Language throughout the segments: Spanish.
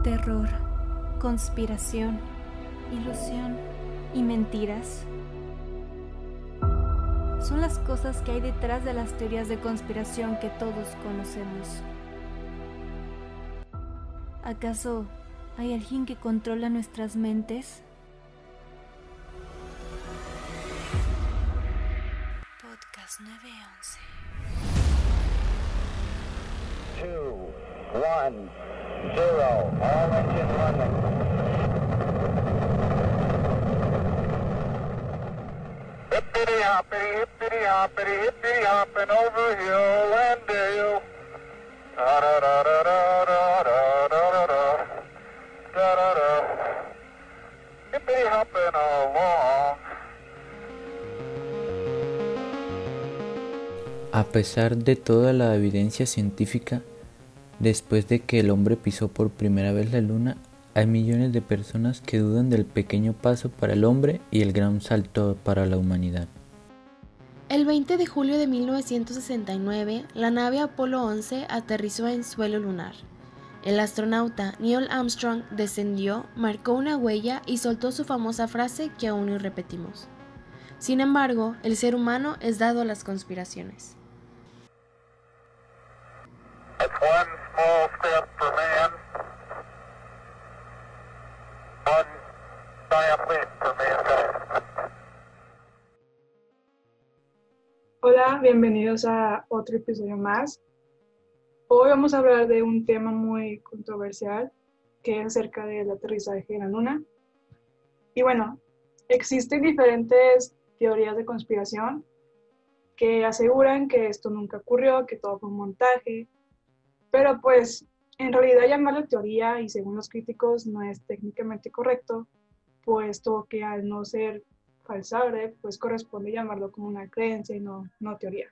Terror, conspiración, ilusión y mentiras son las cosas que hay detrás de las teorías de conspiración que todos conocemos. ¿Acaso hay alguien que controla nuestras mentes? Podcast 911. 2, 1, 0, all engine running. Hippity hoppity hoppin' over hill and dale. Da da da da da da da da da da da da. Hippity hoppin' along. A pesar de toda la evidencia científica, después de que el hombre pisó por primera vez la luna, hay millones de personas que dudan del pequeño paso para el hombre y el gran salto para la humanidad. El 20 de julio de 1969, la nave Apolo 11 aterrizó en suelo lunar. El astronauta Neil Armstrong descendió, marcó una huella y soltó su famosa frase que aún hoy repetimos. Sin embargo, el ser humano es dado a las conspiraciones. That's one small step for man, one giant leap for mankind. Hola, bienvenidos a otro episodio más. Hoy vamos a hablar de un tema muy controversial, que es acerca del aterrizaje en la Luna. Y bueno, existen diferentes teorías de conspiración que aseguran que esto nunca ocurrió, que todo fue un montaje, pero pues en realidad llamarlo teoría y según los críticos no es técnicamente correcto, puesto que al no ser falsable, pues corresponde llamarlo como una creencia y no teoría.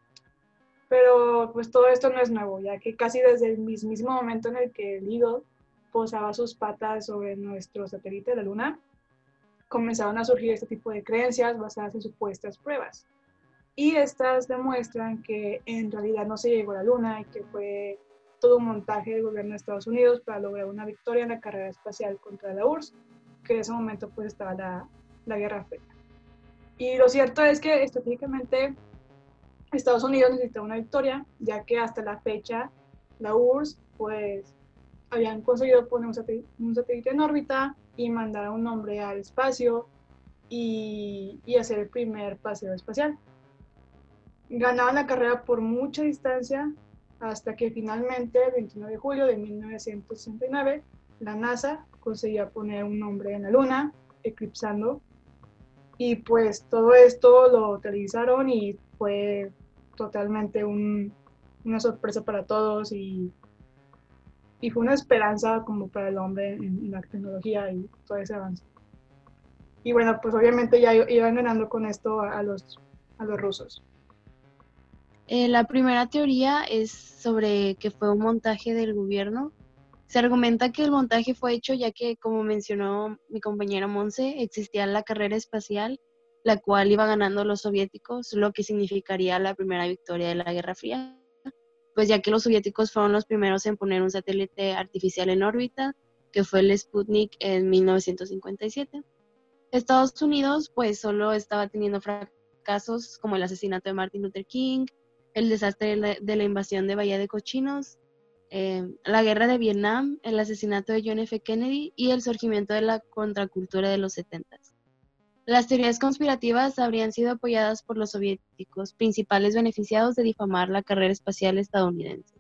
Pero pues todo esto no es nuevo, ya que casi desde el mismísimo momento en el que el Eagle posaba sus patas sobre nuestro satélite, la Luna, comenzaron a surgir este tipo de creencias basadas en supuestas pruebas. Y estas demuestran que en realidad no se llegó a la Luna y que fue todo un montaje del gobierno de Estados Unidos para lograr una victoria en la carrera espacial contra la URSS, que en ese momento pues estaba la Guerra Fría. Y lo cierto es que estratégicamente Estados Unidos necesitaba una victoria, ya que hasta la fecha la URSS pues habían conseguido poner un satélite en órbita y mandar a un hombre al espacio y hacer el primer paseo espacial. Ganaban la carrera por mucha distancia hasta que finalmente el 29 de julio de 1969 la NASA conseguía poner un hombre en la Luna, eclipsando, y pues todo esto lo televisaron y fue totalmente una sorpresa para todos y fue una esperanza como para el hombre en la tecnología y todo ese avance. Y bueno, pues obviamente ya iban ganando con esto a los rusos. La primera teoría es sobre que fue un montaje del gobierno. Se argumenta que el montaje fue hecho ya que, como mencionó mi compañera Monse, existía la carrera espacial, la cual iba ganando los soviéticos, lo que significaría la primera victoria de la Guerra Fría, pues ya que los soviéticos fueron los primeros en poner un satélite artificial en órbita, que fue el Sputnik en 1957. Estados Unidos pues solo estaba teniendo fracasos como el asesinato de Martin Luther King, el desastre de la invasión de Bahía de Cochinos, la guerra de Vietnam, el asesinato de John F. Kennedy y el surgimiento de la contracultura de los 70s. Las teorías conspirativas habrían sido apoyadas por los soviéticos, principales beneficiados de difamar la carrera espacial estadounidense.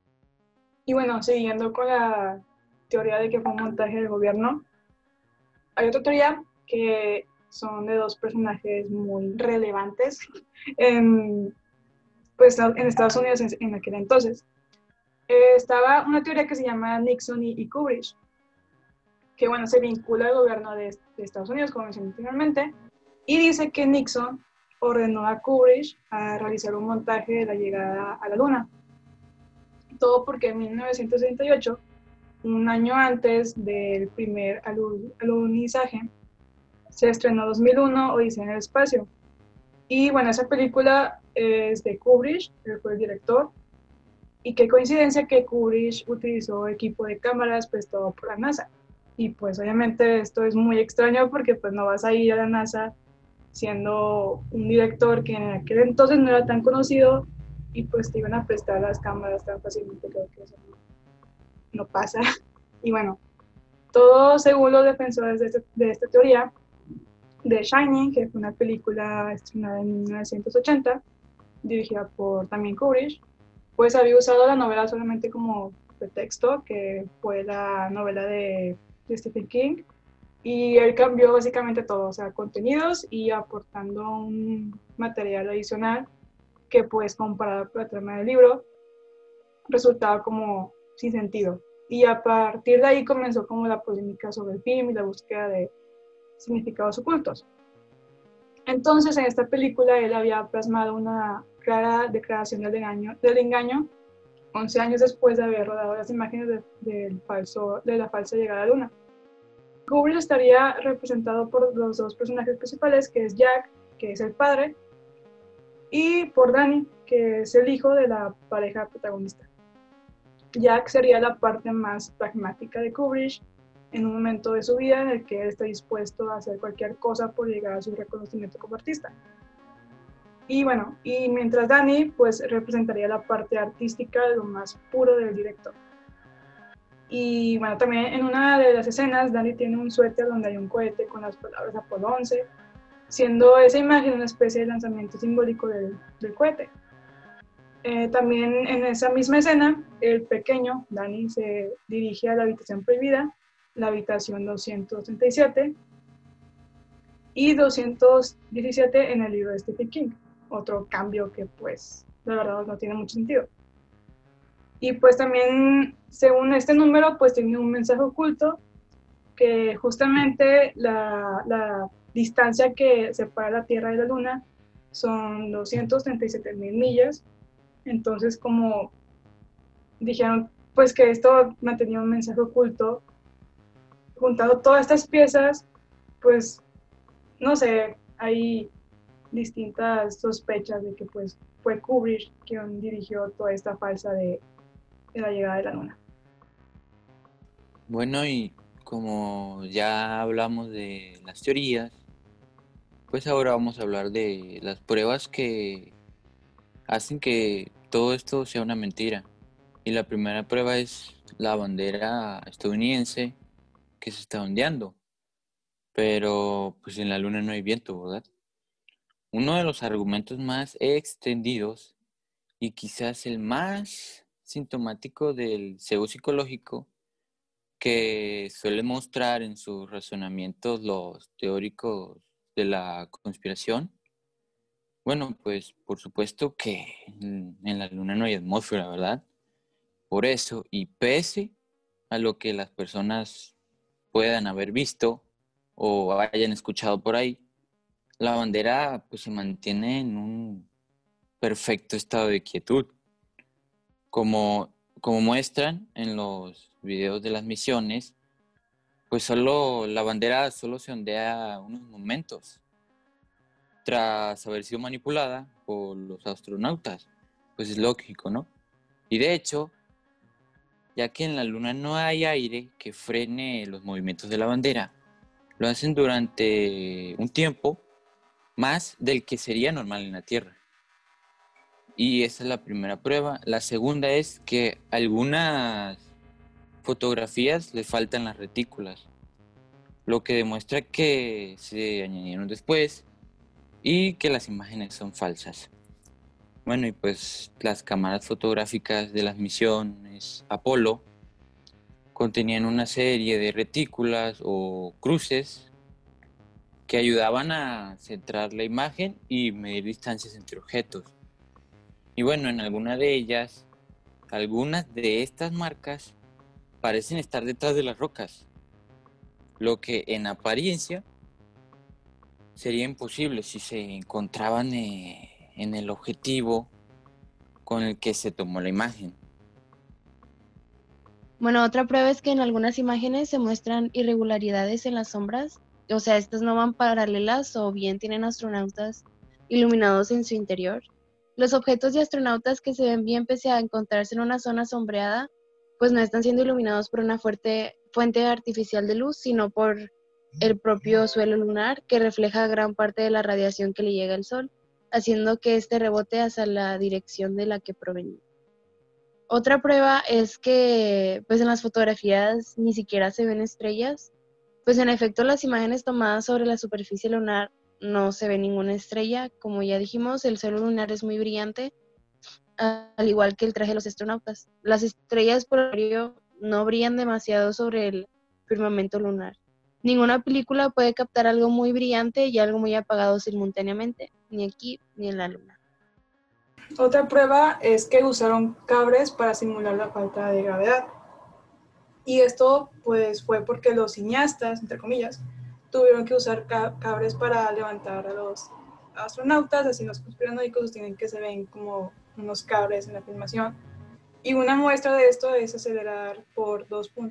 Y bueno, siguiendo con la teoría de que fue un montaje del gobierno, hay otra teoría que son de dos personajes muy relevantes en Estados Unidos en aquel entonces. Estaba una teoría que se llama Nixon y Kubrick, que bueno, se vincula al gobierno de Estados Unidos, como mencioné anteriormente, y dice que Nixon ordenó a Kubrick a realizar un montaje de la llegada a la Luna. Todo porque en 1968, un año antes del primer alunizaje, se estrenó 2001 Odisea en el espacio. Y bueno, esa película es de Kubrick, él fue el director, Y qué coincidencia que Kubrick utilizó equipo de cámaras prestado por la NASA. Y pues obviamente esto es muy extraño porque pues no vas a ir a la NASA siendo un director que en aquel entonces no era tan conocido y pues te iban a prestar las cámaras tan fácilmente. Creo que eso no pasa. Y bueno, todo según los defensores de esta teoría, The Shining, que fue una película estrenada en 1980, dirigida por también Kubrick, pues había usado la novela solamente como pretexto, que fue la novela de Stephen King, y él cambió básicamente todo, o sea, contenidos y aportando un material adicional que pues comparado con la trama del libro resultaba como sin sentido. Y a partir de ahí comenzó como la polémica sobre el film y la búsqueda de significados ocultos. Entonces, en esta película él había plasmado una clara declaración del engaño 11 años después de haber rodado las imágenes de la falsa llegada a la Luna. Kubrick estaría representado por los dos personajes principales, que es Jack, que es el padre, y por Danny, que es el hijo de la pareja protagonista. Jack sería la parte más pragmática de Kubrick en un momento de su vida en el que él está dispuesto a hacer cualquier cosa por llegar a su reconocimiento como artista. Y bueno, y mientras Danny pues representaría la parte artística de lo más puro del director. Y bueno, también en una de las escenas Danny tiene un suéter donde hay un cohete con las palabras Apolo 11, siendo esa imagen una especie de lanzamiento simbólico del cohete. También en esa misma escena, el pequeño Danny se dirige a la habitación prohibida, la habitación 237 y 217 en el libro de Stephen King. Otro cambio que pues la verdad no tiene mucho sentido. Y pues también según este número pues tiene un mensaje oculto que justamente la distancia que separa la Tierra de la Luna son 237,000 millas. Entonces como dijeron pues que esto mantenía un mensaje oculto, juntando todas estas piezas, pues no sé, hay distintas sospechas de que pues fue Kubrick quien dirigió toda esta falsa de la llegada de la Luna. Bueno, y como ya hablamos de las teorías, pues ahora vamos a hablar de las pruebas que hacen que todo esto sea una mentira. Y la primera prueba es la bandera estadounidense que se está ondeando. Pero pues en la luna no hay viento, ¿verdad? Uno de los argumentos más extendidos y quizás el más sintomático del cebo psicológico que suele mostrar en sus razonamientos los teóricos de la conspiración. Bueno, pues por supuesto que en la luna no hay atmósfera, ¿verdad? Por eso, y pese a lo que las personas puedan haber visto o hayan escuchado por ahí, la bandera pues se mantiene en un perfecto estado de quietud, como muestran en los videos de las misiones. Pues la bandera solo se ondea unos momentos tras haber sido manipulada por los astronautas. Pues es lógico, ¿no? Y de hecho, ya que en la luna no hay aire que frene los movimientos de la bandera, lo hacen durante un tiempo más del que sería normal en la Tierra. Y esa es la primera prueba. La segunda es que algunas fotografías le faltan las retículas, lo que demuestra que se añadieron después y que las imágenes son falsas. Bueno, y pues las cámaras fotográficas de las misiones Apolo contenían una serie de retículas o cruces que ayudaban a centrar la imagen y medir distancias entre objetos. Y bueno, en algunas de estas marcas parecen estar detrás de las rocas, lo que en apariencia sería imposible si se encontraban en el objetivo con el que se tomó la imagen. Bueno, otra prueba es que en algunas imágenes se muestran irregularidades en las sombras, o sea, estas no van paralelas o bien tienen astronautas iluminados en su interior. Los objetos de astronautas que se ven bien pese a encontrarse en una zona sombreada, pues no están siendo iluminados por una fuerte fuente artificial de luz, sino por el propio suelo lunar, que refleja gran parte de la radiación que le llega al Sol, haciendo que este rebote hacia la dirección de la que provenía. Otra prueba es que pues en las fotografías ni siquiera se ven estrellas, pues en efecto las imágenes tomadas sobre la superficie lunar no se ve ninguna estrella. Como ya dijimos, el suelo lunar es muy brillante, al igual que el traje de los astronautas. Las estrellas por horario no brillan demasiado sobre el firmamento lunar. Ninguna película puede captar algo muy brillante y algo muy apagado simultáneamente, ni aquí ni en la luna. Otra prueba es que usaron cabres para simular la falta de gravedad. Y esto pues fue porque los cineastas, entre comillas, tuvieron que usar cabres para levantar a los astronautas, así los conspiranoicos tienen que se ven como unos cabres en la filmación. Y una muestra de esto es acelerar por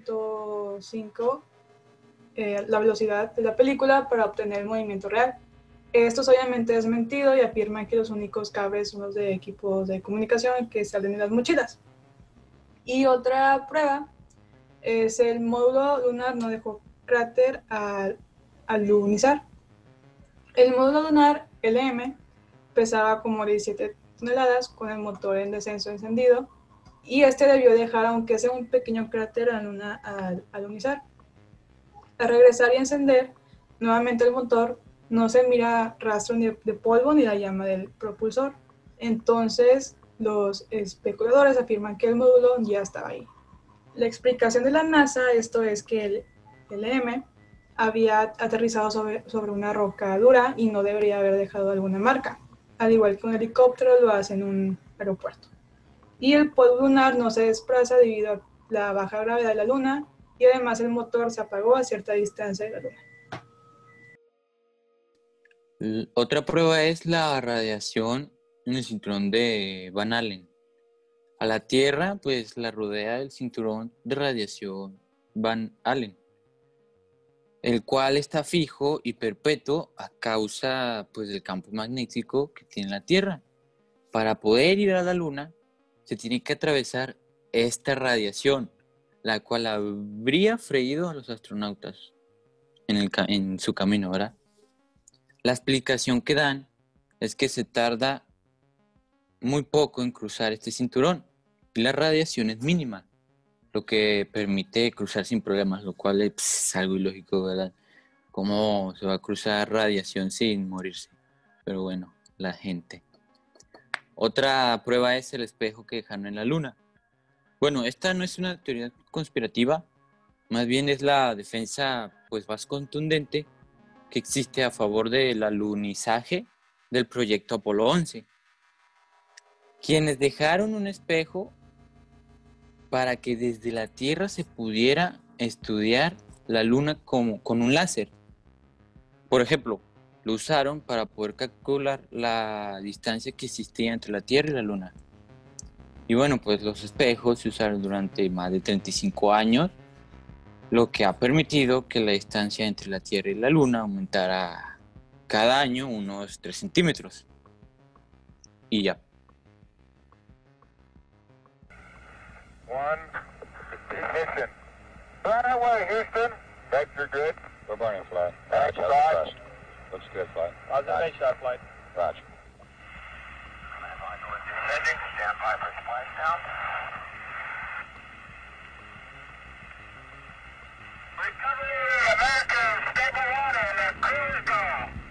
2.5 la velocidad de la película para obtener el movimiento real. Esto es obviamente desmentido y afirman que los únicos cabres son los de equipos de comunicación que salen en las mochilas. Y otra prueba es el módulo lunar no dejó cráter al lunizar. El módulo lunar LM pesaba como 17 toneladas con el motor en descenso encendido y este debió dejar aunque sea un pequeño cráter a la luna al lunizar. Al regresar y encender nuevamente el motor, no se mira rastro ni de polvo ni la llama del propulsor. Entonces, los especuladores afirman que el módulo ya estaba ahí. La explicación de la NASA esto es que el LM había aterrizado sobre una roca dura y no debería haber dejado alguna marca, al igual que un helicóptero lo hace en un aeropuerto. Y el polvo lunar no se desplaza debido a la baja gravedad de la Luna y además el motor se apagó a cierta distancia de la Luna. Otra prueba es la radiación en el cinturón de Van Allen. A la Tierra, pues la rodea el cinturón de radiación Van Allen, el cual está fijo y perpetuo a causa pues del campo magnético que tiene la Tierra. Para poder ir a la Luna, se tiene que atravesar esta radiación, la cual habría freído a los astronautas en su camino, ¿verdad? La explicación que dan es que se tarda muy poco en cruzar este cinturón y la radiación es mínima, lo que permite cruzar sin problemas, lo cual es algo ilógico, ¿verdad? ¿Cómo se va a cruzar radiación sin morirse? Pero bueno, la gente. Otra prueba es el espejo que dejaron en la Luna. Bueno, esta no es una teoría conspirativa, más bien es la defensa pues más contundente que existe a favor del alunizaje del proyecto Apolo 11. Quienes dejaron un espejo para que desde la Tierra se pudiera estudiar la Luna con un láser. Por ejemplo, lo usaron para poder calcular la distancia que existía entre la Tierra y la Luna. Y bueno, pues los espejos se usaron durante más de 35 años, lo que ha permitido que la distancia entre la Tierra y la Luna aumentara cada año unos 3 centímetros. Y ya. One, ignition. Flat away, Houston. Vector good. We're burning flat. Roger, Roger. roger. Looks good, flight. How's the base shot flight? Roger. Descending. Stand by for splashdown. Recovery, America, stable water, and cruise go.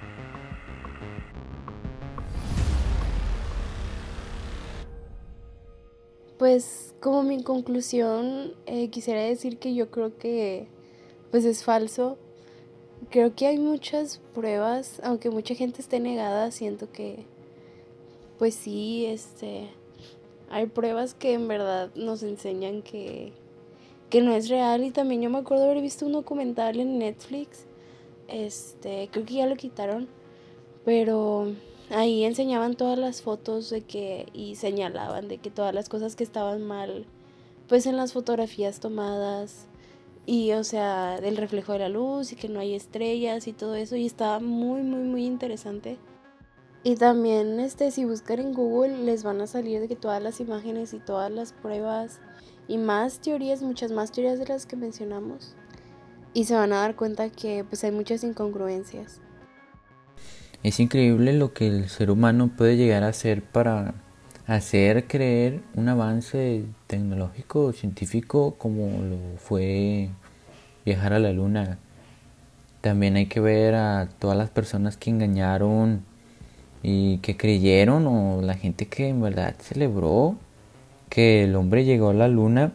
Pues como mi conclusión, quisiera decir que yo creo que pues es falso. Creo que hay muchas pruebas, aunque mucha gente esté negada, siento que pues sí, hay pruebas que en verdad nos enseñan que no es real. Y también yo me acuerdo haber visto un documental en Netflix, creo que ya lo quitaron, pero ahí enseñaban todas las fotos y señalaban de que todas las cosas que estaban mal, pues en las fotografías tomadas, y o sea, del reflejo de la luz y que no hay estrellas y todo eso, y estaba muy, muy, muy interesante. Y también si buscan en Google les van a salir de que todas las imágenes y todas las pruebas y más teorías, muchas más teorías de las que mencionamos. Y se van a dar cuenta que pues hay muchas incongruencias. Es increíble lo que el ser humano puede llegar a hacer para hacer creer un avance tecnológico o científico como lo fue viajar a la luna. También hay que ver a todas las personas que engañaron y que creyeron, o la gente que en verdad celebró que el hombre llegó a la luna,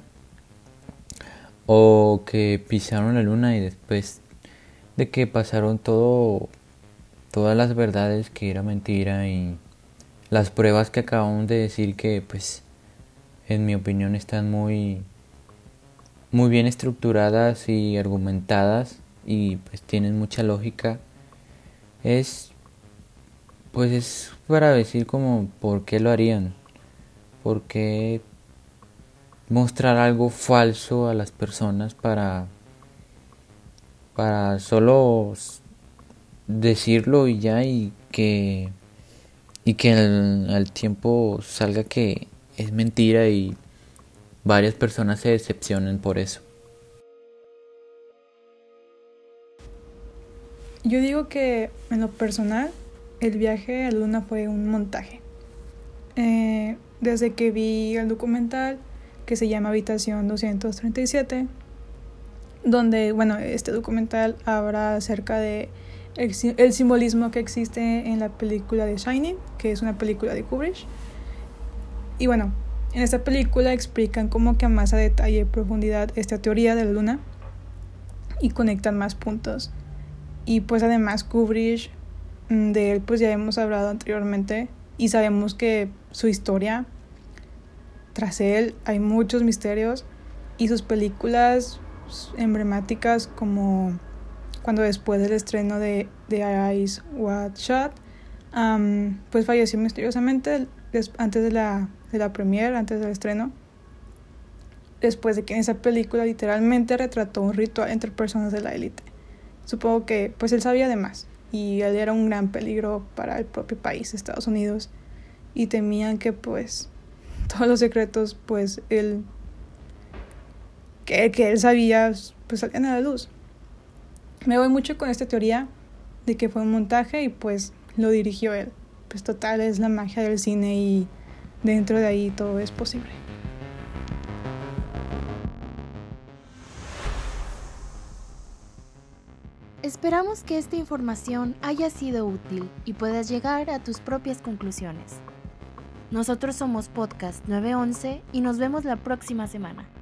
o que pisaron la luna y después de que pasaron todas las verdades que era mentira y las pruebas que acabamos de decir que pues en mi opinión están muy bien estructuradas y argumentadas y pues tienen mucha lógica. Es para decir como por qué lo harían, por qué mostrar algo falso a las personas para solo decirlo y ya, y que al tiempo salga que es mentira y varias personas se decepcionen por eso. Yo digo que en lo personal el viaje a la luna fue un montaje. Desde que vi el documental que se llama Habitación 237, donde, bueno, este documental habla acerca de el simbolismo que existe en la película de Shining, que es una película de Kubrick. Y bueno, en esta película explican como que a más a detalle y profundidad esta teoría de la luna y conectan más puntos. Y pues además Kubrick, de él pues ya hemos hablado anteriormente y sabemos que su historia, tras él hay muchos misterios y sus películas emblemáticas, como cuando después del estreno de Eyes Wide Shut, pues falleció misteriosamente antes de la premiere, antes del estreno, después de que en esa película literalmente retrató un ritual entre personas de la élite. Supongo que pues él sabía de más y él era un gran peligro para el propio país, Estados Unidos, y temían que pues todos los secretos pues que él sabía pues salían a la luz. Me voy mucho con esta teoría de que fue un montaje y pues lo dirigió él. Pues total, es la magia del cine y dentro de ahí todo es posible. Esperamos que esta información haya sido útil y puedas llegar a tus propias conclusiones. Nosotros somos Podcast 911 y nos vemos la próxima semana.